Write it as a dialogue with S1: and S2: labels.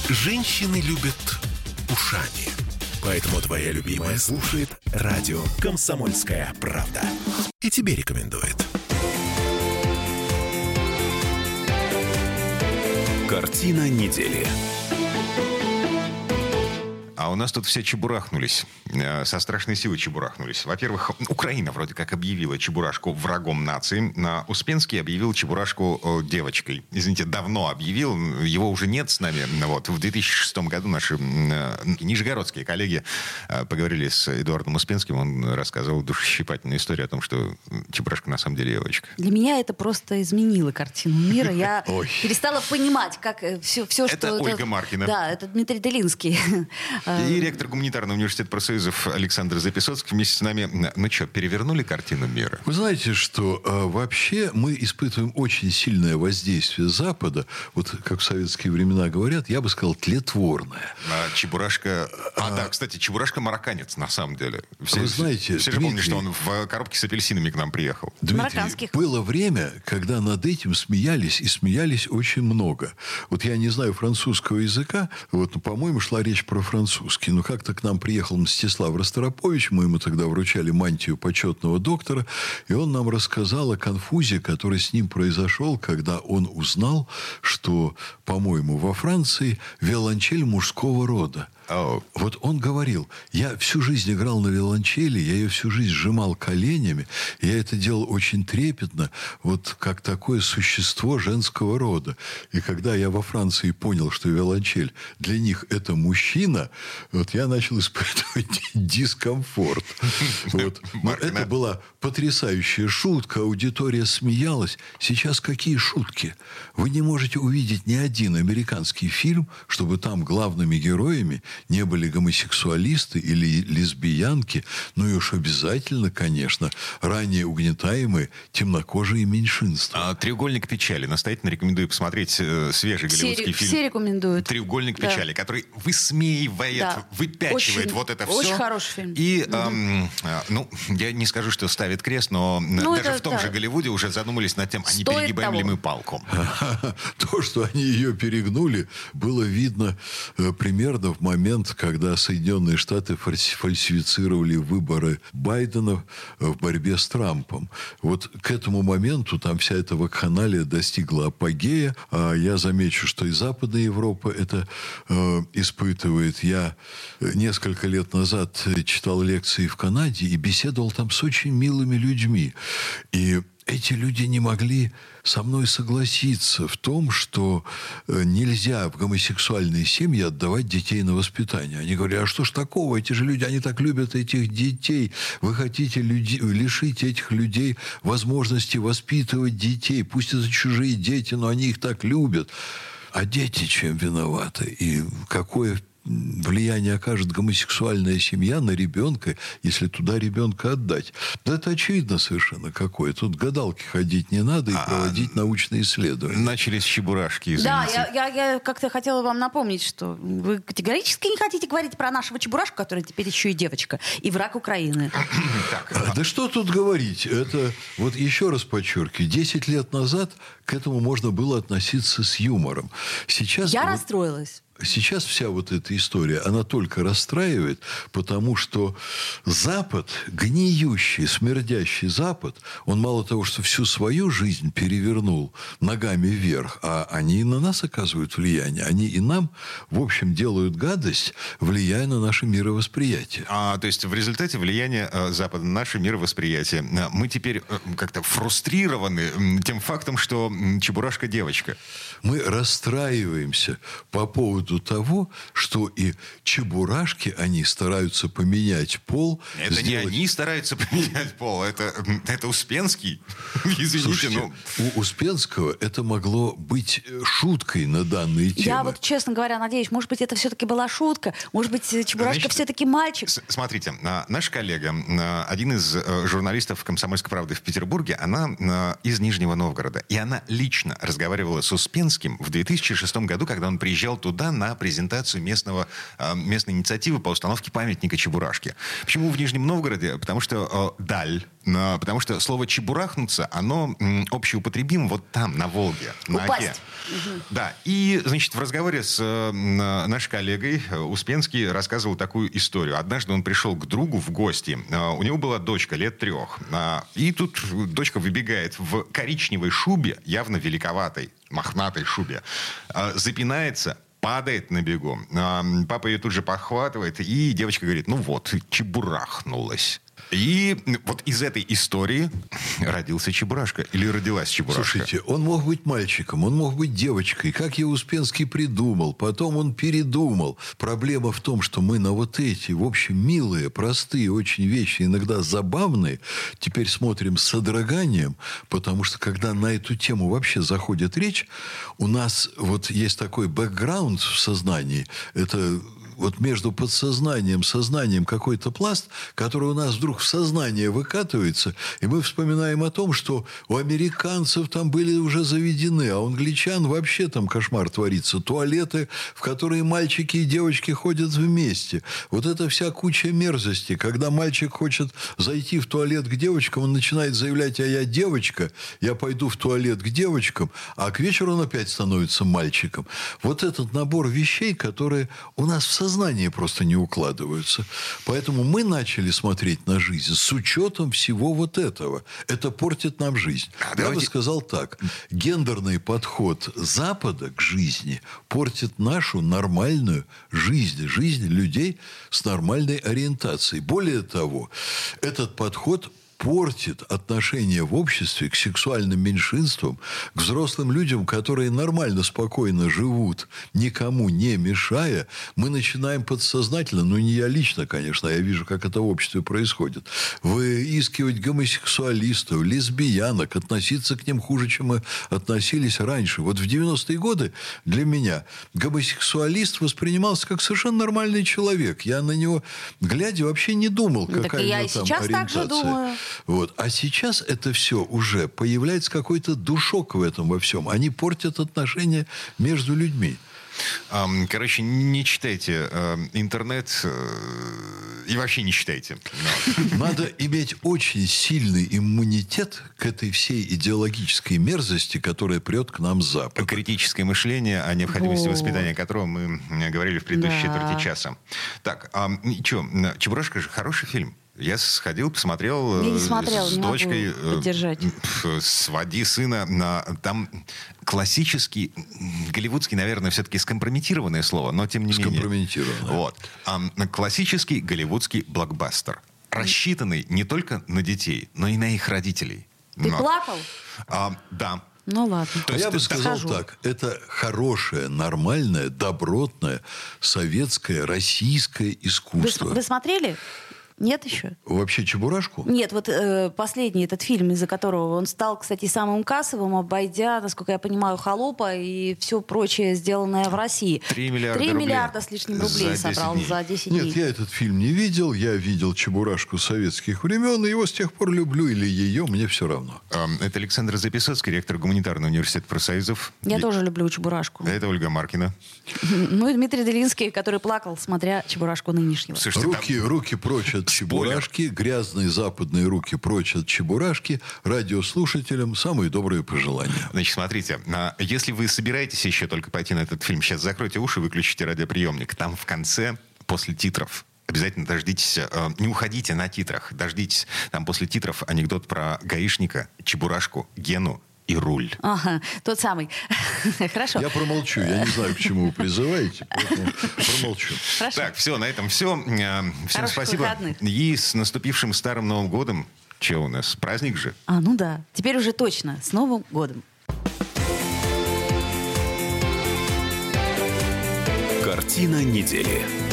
S1: Женщины любят ушами. Поэтому твоя любимая слушает радио «Комсомольская правда». И тебе рекомендует. Картина недели.
S2: А у нас тут все чебурахнулись. Со страшной силой чебурахнулись. Во-первых, Украина вроде как объявила Чебурашку врагом нации. Успенский объявил Чебурашку девочкой. Извините, давно объявил. Его уже нет с нами. Вот. В 2006 году наши нижегородские коллеги поговорили с Эдуардом Успенским. Он рассказывал душещипательную историю о том, что Чебурашка на самом деле девочка.
S3: Для меня это просто изменило картину мира. Я перестала понимать, как все, что...
S2: Это Ольга Маркина.
S3: Да, это Дмитрий Делинский.
S2: И ректор гуманитарного университета профсоюзов Александр Записоцкий вместе с нами. Ну что, перевернули картину мира?
S4: Вы знаете, что вообще мы испытываем очень сильное воздействие Запада. Вот как в советские времена говорят, я бы сказал, тлетворное.
S2: Чебурашка... да, кстати, Чебурашка марокканец на самом деле. Все,
S4: вы знаете,
S2: все же помнят, что он в коробке с апельсинами к нам приехал.
S3: Марокканских.
S4: Было время, когда над этим смеялись, и смеялись очень много. Вот я не знаю французского языка, вот, но, по-моему, шла речь про французский. Но как-то к нам приехал Мстислав Ростропович, мы ему тогда вручали мантию почетного доктора, и он нам рассказал о конфузе, который с ним произошел, когда он узнал, что, по-моему, во Франции виолончель мужского рода. Вот он говорил, я всю жизнь играл на виолончели, я ее всю жизнь сжимал коленями, я это делал очень трепетно, вот как такое существо женского рода. И когда я во Франции понял, что виолончель для них это мужчина, вот я начал испытывать дискомфорт. Вот. Но это была потрясающая шутка, аудитория смеялась. Сейчас какие шутки? Вы не можете увидеть ни один американский фильм, чтобы там главными героями не были гомосексуалисты или лесбиянки, ну и уж обязательно, конечно, ранее угнетаемые темнокожие меньшинства.
S2: «Треугольник печали». Настоятельно рекомендую посмотреть свежий голливудский фильм.
S3: Все рекомендуют.
S2: «Треугольник печали», который высмеивает, выпячивает
S3: очень,
S2: вот это все.
S3: Очень хороший фильм.
S2: И, я не скажу, что ставит крест, но даже в том же Голливуде уже задумались над тем, не перегибаем ли мы палку.
S4: То, что они ее перегнули, было видно примерно в момент, когда Соединенные Штаты фальсифицировали выборы Байдена в борьбе с Трампом. Вот к этому моменту там вся эта вакханалия достигла апогея. А я замечу, что и Западная Европа это испытывает. Я несколько лет назад читал лекции в Канаде и беседовал там с очень милыми людьми. И эти люди не могли со мной согласиться в том, что нельзя в гомосексуальные семьи отдавать детей на воспитание. Они говорят, а что ж такого? Эти же люди, они так любят этих детей. Вы хотите лишить этих людей возможности воспитывать детей. Пусть это чужие дети, но они их так любят. А дети чем виноваты? И какое влияние окажет гомосексуальная семья на ребенка, если туда ребенка отдать? Да это очевидно совершенно какое. Тут гадалки ходить не надо и проводить научные исследования.
S2: Начались чебурашки, извините.
S3: Да, я как-то хотела вам напомнить, что вы категорически не хотите говорить про нашего Чебурашку, который теперь еще и девочка, и враг Украины.
S4: Да что тут говорить? Это, вот еще раз подчеркиваю, 10 лет назад к этому можно было относиться с юмором. Сейчас
S3: я расстроилась.
S4: Сейчас вся вот эта история, она только расстраивает, потому что Запад, гниющий, смердящий Запад, он мало того, что всю свою жизнь перевернул ногами вверх, а они и на нас оказывают влияние. Они и нам, в общем, делают гадость, влияя на наше мировосприятие.
S2: То есть в результате влияния Запада на наше мировосприятие мы теперь как-то фрустрированы тем фактом, что Чебурашка девочка.
S4: Мы расстраиваемся по поводу того, что и чебурашки, они стараются поменять пол.
S2: Это не они стараются поменять пол, это Успенский. Извините,
S4: слушайте, у Успенского это могло быть шуткой на данные темы.
S3: Я вот, честно говоря, надеюсь, может быть, это все-таки была шутка, может быть, Чебурашка все-таки мальчик.
S2: Смотрите, наш коллега, один из журналистов «Комсомольской правды» в Петербурге, она из Нижнего Новгорода, и она лично разговаривала с Успенским в 2006 году, когда он приезжал туда на презентацию местной инициативы по установке памятника Чебурашке. Почему в Нижнем Новгороде? Потому что даль. Потому что слово «чебурахнуться», оно общеупотребимо вот там, на Волге, на Оке. Да. И, значит, в разговоре с нашей коллегой Успенский рассказывал такую историю. Однажды он пришел к другу в гости. У него была дочка лет 3. И тут дочка выбегает в коричневой шубе, явно великоватой, мохнатой шубе, запинается, падает на бегу. Папа ее тут же подхватывает, и девочка говорит: ну вот, чебурахнулась. И вот из этой истории родился Чебурашка. Или родилась Чебурашка.
S4: Слушайте, он мог быть мальчиком, он мог быть девочкой. Как я Успенский придумал, потом он передумал. Проблема в том, что мы на вот эти, в общем, милые, простые очень вещи, иногда забавные, теперь смотрим с содроганием, потому что когда на эту тему вообще заходит речь, у нас вот есть такой бэкграунд в сознании. Это... Вот между подсознанием, сознанием какой-то пласт, который у нас вдруг в сознание выкатывается, и мы вспоминаем о том, что у американцев там были уже заведены, а у англичан вообще там кошмар творится. Туалеты, в которые мальчики и девочки ходят вместе. Вот это вся куча мерзости. Когда мальчик хочет зайти в туалет к девочкам, он начинает заявлять: а я девочка, я пойду в туалет к девочкам, а к вечеру он опять становится мальчиком. Вот этот набор вещей, которые у нас в сознании просто не укладываются. Поэтому мы начали смотреть на жизнь с учетом всего вот этого. Это портит нам жизнь. Я бы сказал так. Гендерный подход Запада к жизни портит нашу нормальную жизнь. Жизнь людей с нормальной ориентацией. Более того, этот подход портит отношение в обществе к сексуальным меньшинствам, к взрослым людям, которые нормально, спокойно живут, никому не мешая. Мы начинаем подсознательно, ну не я лично, конечно, я вижу, как это в обществе происходит, выискивать гомосексуалистов, лесбиянок, относиться к ним хуже, чем мы относились раньше. Вот в 90-е годы для меня гомосексуалист воспринимался как совершенно нормальный человек. Я на него, глядя, вообще не думал, какая у него там ориентация. Так и я и сейчас так же думаю. Вот. А сейчас это все уже появляется какой-то душок в этом во всем. Они портят отношения между людьми.
S2: Короче, не читайте интернет и вообще не читайте.
S4: Надо иметь очень сильный иммунитет к этой всей идеологической мерзости, которая прет к нам с Запада.
S2: Критическое мышление, о необходимости воспитания которого мы говорили в предыдущей четверти часа. Так, что, «Чебурашка» же хороший фильм. Я сходил, посмотрел с дочкой. «Своди сына». Там классический, голливудский, наверное, все-таки скомпрометированное слово, но тем не менее.
S4: Скомпрометированное.
S2: Вот. Классический голливудский блокбастер. Рассчитанный не только на детей, но и на их родителей.
S3: Ты плакал?
S2: Да.
S3: Ну ладно.
S4: Я бы сказал так. Это хорошее, нормальное, добротное, советское, российское искусство.
S3: Вы смотрели? Нет еще?
S4: Вообще «Чебурашку»?
S3: Нет, вот последний этот фильм, из-за которого он стал, кстати, самым кассовым, обойдя, насколько я понимаю, «Холопа» и все прочее, сделанное в России.
S2: 3 миллиарда
S3: 3
S2: рублей
S3: миллиарда с лишним рублей собрал за 10 дней.
S4: Нет, я этот фильм не видел. Я видел «Чебурашку» советских времен, и его с тех пор люблю, или ее, мне все равно.
S2: Это Александр Записоцкий, ректор гуманитарного университета профсоюзов.
S3: Я тоже люблю «Чебурашку».
S2: Это Ольга Маркина.
S3: Ну и Дмитрий Делинский, который плакал, смотря «Чебурашку» нынешнего.
S2: Слушайте,
S4: руки прочь от Чебурашки, грязные западные руки прочь от Чебурашки. Радиослушателям самые добрые пожелания.
S2: Значит, смотрите, если вы собираетесь еще только пойти на этот фильм, сейчас закройте уши, выключите радиоприемник. Там в конце, после титров, обязательно дождитесь, не уходите на титрах, дождитесь. Там после титров анекдот про гаишника, Чебурашку, Гену и руль.
S3: Ага, тот самый. Хорошо.
S4: Я промолчу. Я не знаю, к чему вы призываете, поэтому промолчу.
S2: Хорошо. Так, все, на этом все. Всем
S3: хороших
S2: спасибо.
S3: Выходных.
S2: И с наступившим Старым Новым годом. Че у нас? Праздник же?
S3: Ну да. Теперь уже точно. С Новым годом.
S1: Картина недели.